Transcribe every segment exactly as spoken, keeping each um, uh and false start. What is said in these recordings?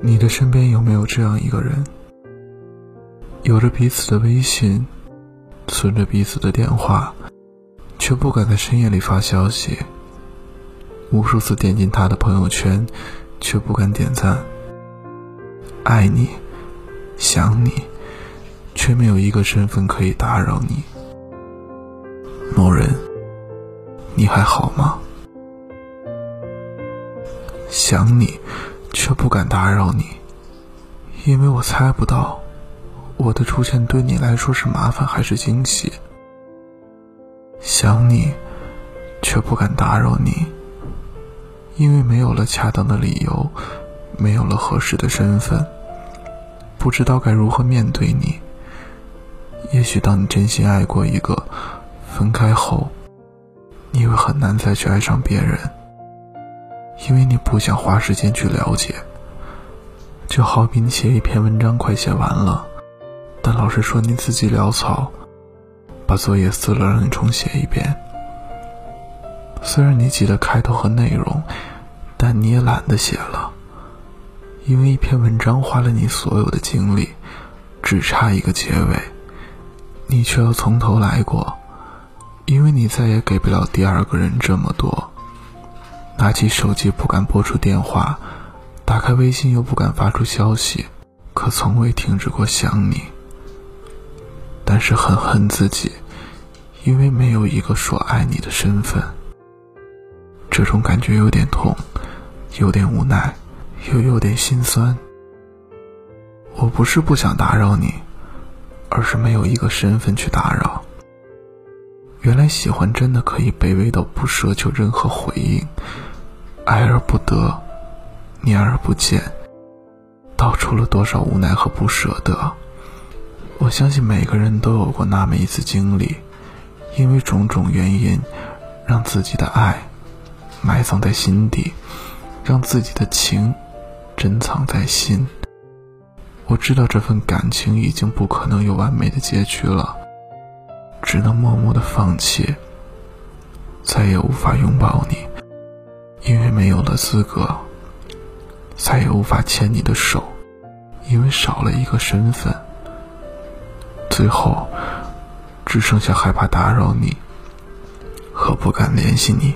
你的身边有没有这样一个人，有着彼此的微信，存着彼此的电话，却不敢在深夜里发消息，无数次点进他的朋友圈，却不敢点赞，爱你，想你，却没有一个身份可以打扰你。某人，你还好吗？想你，却不敢打扰你，因为我猜不到我的出现对你来说是麻烦还是惊喜。想你，却不敢打扰你，因为没有了恰当的理由，没有了合适的身份，不知道该如何面对你。也许当你真心爱过一个，分开后你会很难再去爱上别人，因为你不想花时间去了解。就好比你写一篇文章快写完了，但老师说你自己潦草，把作业撕了让你重写一遍。虽然你记得开头和内容，但你也懒得写了，因为一篇文章花了你所有的精力，只差一个结尾，你却要从头来过，因为你再也给不了第二个人这么多。拿起手机不敢拨出电话，打开微信又不敢发出消息，可从未停止过想你。但是很恨自己，因为没有一个说爱你的身份。这种感觉有点痛，有点无奈，又有点心酸。我不是不想打扰你，而是没有一个身份去打扰。原来喜欢真的可以卑微到不奢求任何回应，爱而不得，念而不见，道出了多少无奈和不舍得。我相信每个人都有过那么一次经历，因为种种原因，让自己的爱埋葬在心底，让自己的情珍藏在心。我知道这份感情已经不可能有完美的结局了，只能默默地放弃，再也无法拥抱你，因为没有了资格，再也无法牵你的手，因为少了一个身份。最后只剩下害怕打扰你和不敢联系你。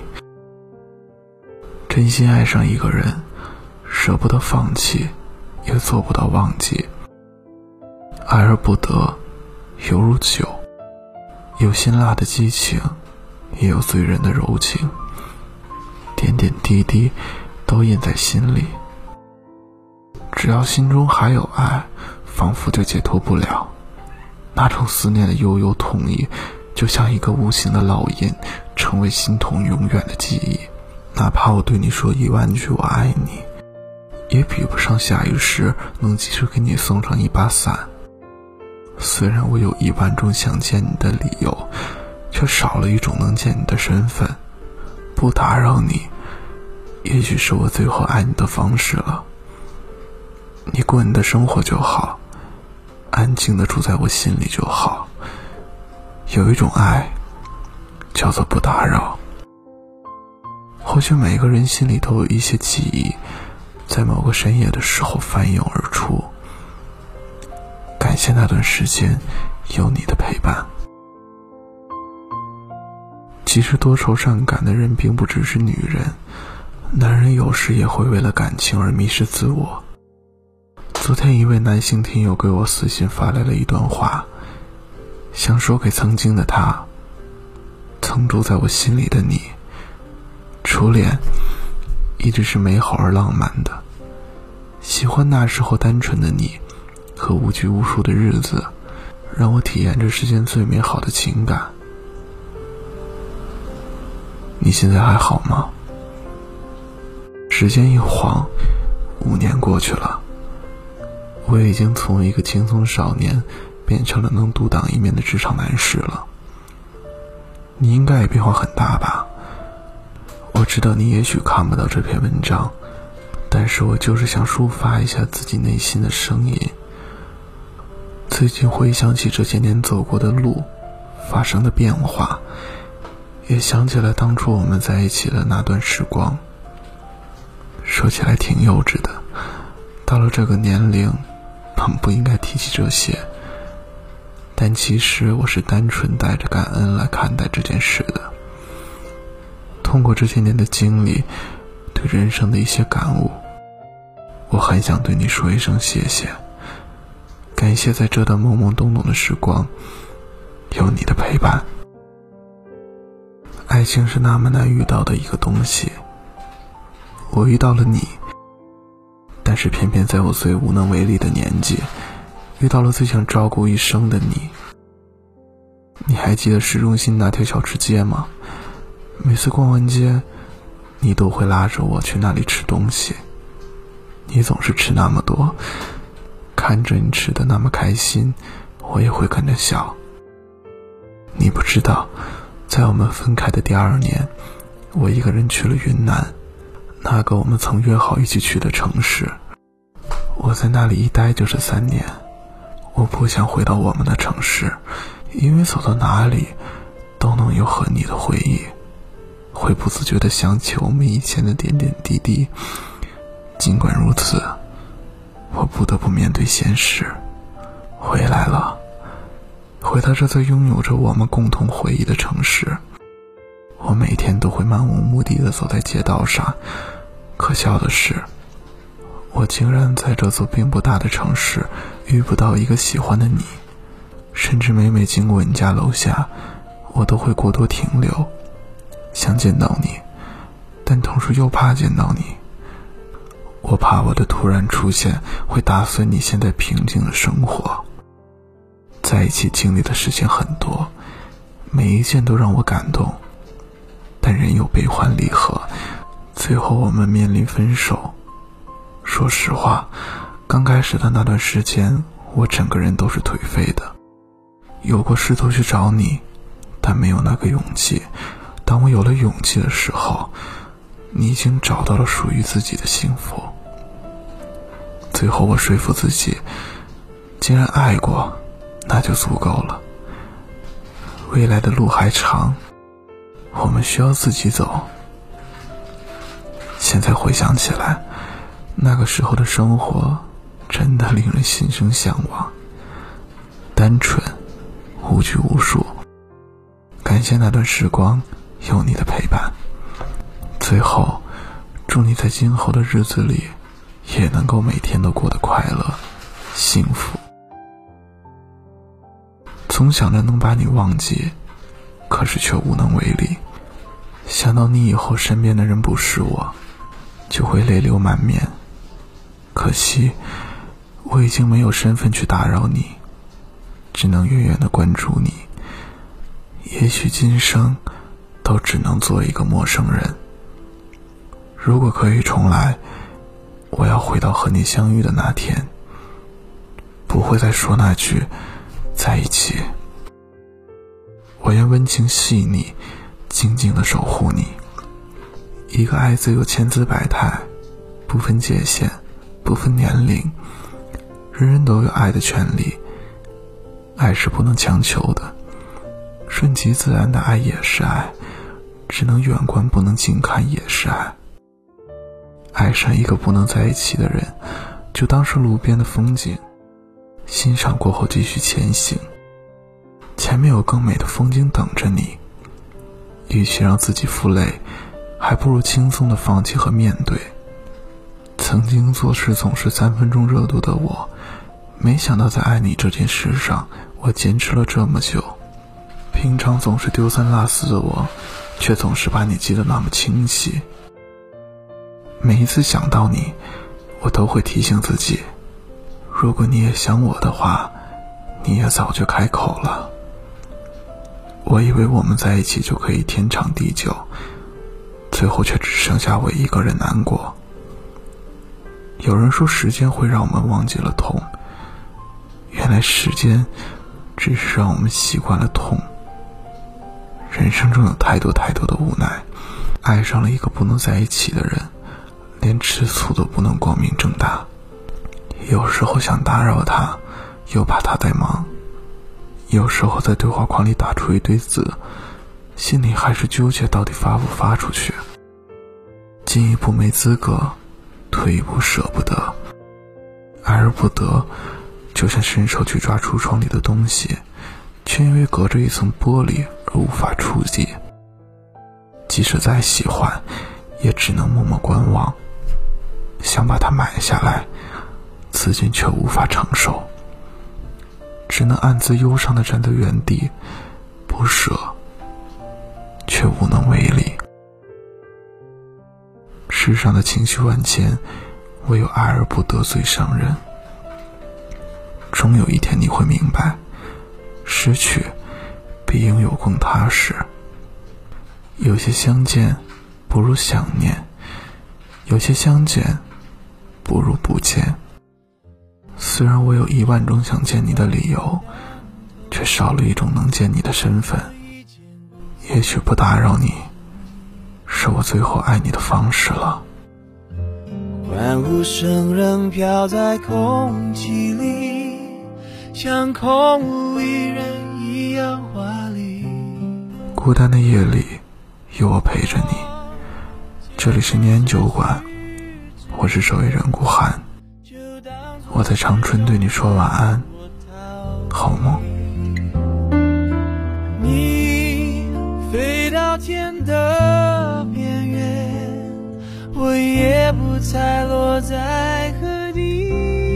真心爱上一个人，舍不得放弃，也做不到忘记。爱而不得，犹如酒，有辛辣的激情，也有醉人的柔情，点点滴滴都印在心里。只要心中还有爱，仿佛就解脱不了。那种思念的悠悠痛意，就像一个无形的烙印，成为心痛永远的记忆。哪怕我对你说一万句我爱你，也比不上下雨时能及时给你送上一把伞。虽然我有一万种想见你的理由，却少了一种能见你的身份。不打扰你，也许是我最后爱你的方式了。你过你的生活就好，安静地住在我心里就好。有一种爱叫做不打扰。或许每个人心里都有一些记忆，在某个深夜的时候翻涌而出。感谢那段时间有你的陪伴。其实多愁善感的人并不只是女人，男人有时也会为了感情而迷失自我。昨天一位男性听友给我私信发来了一段话，想说给曾经的他，曾住在我心里的你。初恋一直是美好而浪漫的，喜欢那时候单纯的你和无拘无束的日子，让我体验着世间最美好的情感。你现在还好吗？时间一晃，五年过去了，我已经从一个轻松少年变成了能独当一面的职场男士了。你应该也变化很大吧？我知道你也许看不到这篇文章，但是我就是想抒发一下自己内心的声音。最近回想起这些年走过的路，发生的变化，也想起来当初我们在一起的那段时光。说起来挺幼稚的， 到了这个年龄，本不应该提起这些，但其实我是单纯带着感恩来看待这件事的。通过这些年的经历，对人生的一些感悟，我很想对你说一声谢谢，感谢在这段懵懵懂懂的时光有你的陪伴。爱情是那么难遇到的一个东西，我遇到了你，但是偏偏在我最无能为力的年纪，遇到了最想照顾一生的你。你还记得市中心那条小吃街吗？每次逛完街，你都会拉着我去那里吃东西。你总是吃那么多，看着你吃的那么开心，我也会跟着笑。你不知道，在我们分开的第二年，我一个人去了云南，那个我们曾约好一起去的城市。我在那里一待就是三年，我不想回到我们的城市，因为走到哪里都能有和你的回忆，会不自觉地想起我们以前的点点滴滴。尽管如此，我不得不面对现实，回来了，回到这座拥有着我们共同回忆的城市。我每天都会漫无目的地走在街道上，可笑的是，我竟然在这座并不大的城市遇不到一个喜欢的你，甚至每每经过你家楼下，我都会过多停留，想见到你，但同时又怕见到你。我怕我的突然出现会打碎你现在平静的生活。在一起经历的事情很多，每一件都让我感动，但人有悲欢离合，最后我们面临分手。说实话，刚开始的那段时间，我整个人都是颓废的，有过试图去找你，但没有那个勇气。当我有了勇气的时候，你已经找到了属于自己的幸福。最后我说服自己，既然爱过，那就足够了。未来的路还长，我们需要自己走。现在回想起来，那个时候的生活真的令人心生向往，单纯，无拘无束。感谢那段时光有你的陪伴。最后，祝你在今后的日子里也能够每天都过得快乐幸福。总想着能把你忘记，可是却无能为力。想到你以后身边的人不是我，就会泪流满面。可惜我已经没有身份去打扰你，只能远远地关注你。也许今生都只能做一个陌生人。如果可以重来，我要回到和你相遇的那天，不会再说那句在一起。我愿温情细腻，静静地守护你。一个爱字有千姿百态，不分界限，不分年龄，人人都有爱的权利。爱是不能强求的，顺其自然的爱也是爱，只能远观不能近看也是爱。爱上一个不能在一起的人，就当是路边的风景，欣赏过后继续前行。前面有更美的风景等着你，与其让自己负累，还不如轻松地放弃和面对。曾经做事总是三分钟热度的我，没想到在爱你这件事上，我坚持了这么久。平常总是丢三落四的我，却总是把你记得那么清晰。每一次想到你，我都会提醒自己，如果你也想我的话，你也早就开口了。我以为我们在一起就可以天长地久，最后却只剩下我一个人难过。有人说时间会让我们忘记了痛，原来时间只是让我们习惯了痛。人生中有太多太多的无奈，爱上了一个不能在一起的人，连吃醋都不能光明正大。有时候想打扰他，又怕他在忙。有时候在对话框里打出一堆字，心里还是纠结到底发不发出去。进一步没资格，退一步舍不得。 而不得，就像伸手去抓橱窗里的东西，却因为隔着一层玻璃而无法触及。即使再喜欢，也只能默默观望，想把它买下来，此景却无法承受，只能暗自忧伤地站在原地，不舍，却无能为力。世上的情绪万千，唯有爱而不得最伤人。终有一天你会明白，失去比拥有更踏实。有些相见不如想念，有些相见不如不见。虽然我有一万种想见你的理由，却少了一种能见你的身份。也许不打扰你，是我最后爱你的方式了。 欢呼声仍飘在空气里，像空无一人一样华丽。 孤单的夜里，有我陪着你。这里是年酒馆，我是守夜人顾寒。我在长春对你说晚安，好梦。 你飞到天的边缘，我也不再落在河底。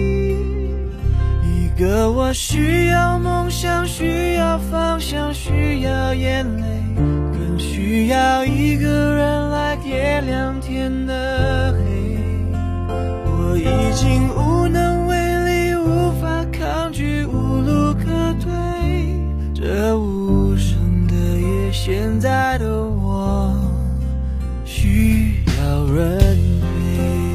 一个我需要梦想，需要方向，需要眼泪，更需要一个人来点亮天的黑。我已经无能为力，无法抗拒，无路可退。这无声的夜，现在的我需要人陪。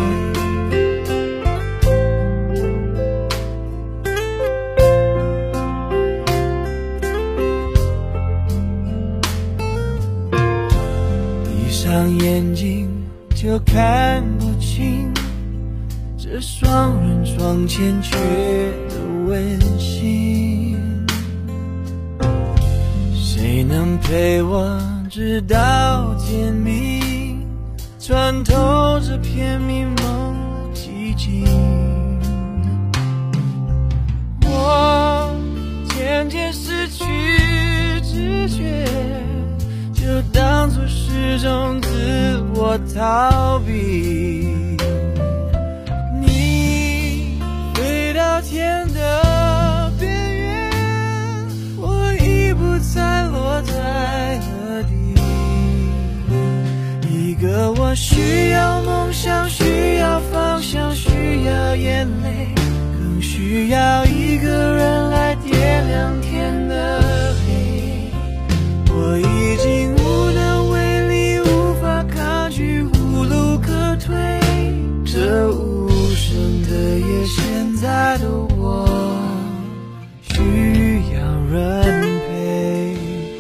闭上眼睛就看不清这双人床欠缺的温馨。谁能陪我直到天明，穿透这片迷蒙的寂静。我渐渐失去知觉，就当作是种自我逃避。你飞到天的边缘，我已不再落在河底。一个我需要梦想，需要方向，需要眼泪，更需要一个人来点亮天的黑。我已经无能为力，无法抗拒，无路可退。这无声的夜，现在的我需要人陪。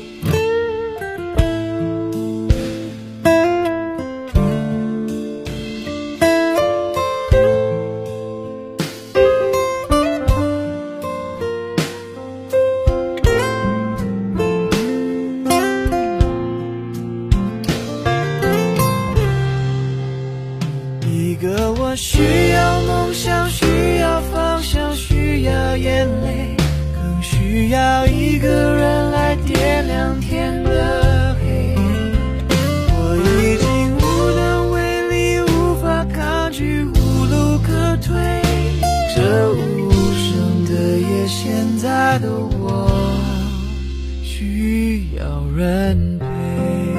一个我需要梦想，需要方向，需要眼泪，更需要一个人来点亮天的黑。我已经无能为力，无法抗拒，无路可退。这无声的夜，现在的我需要人陪。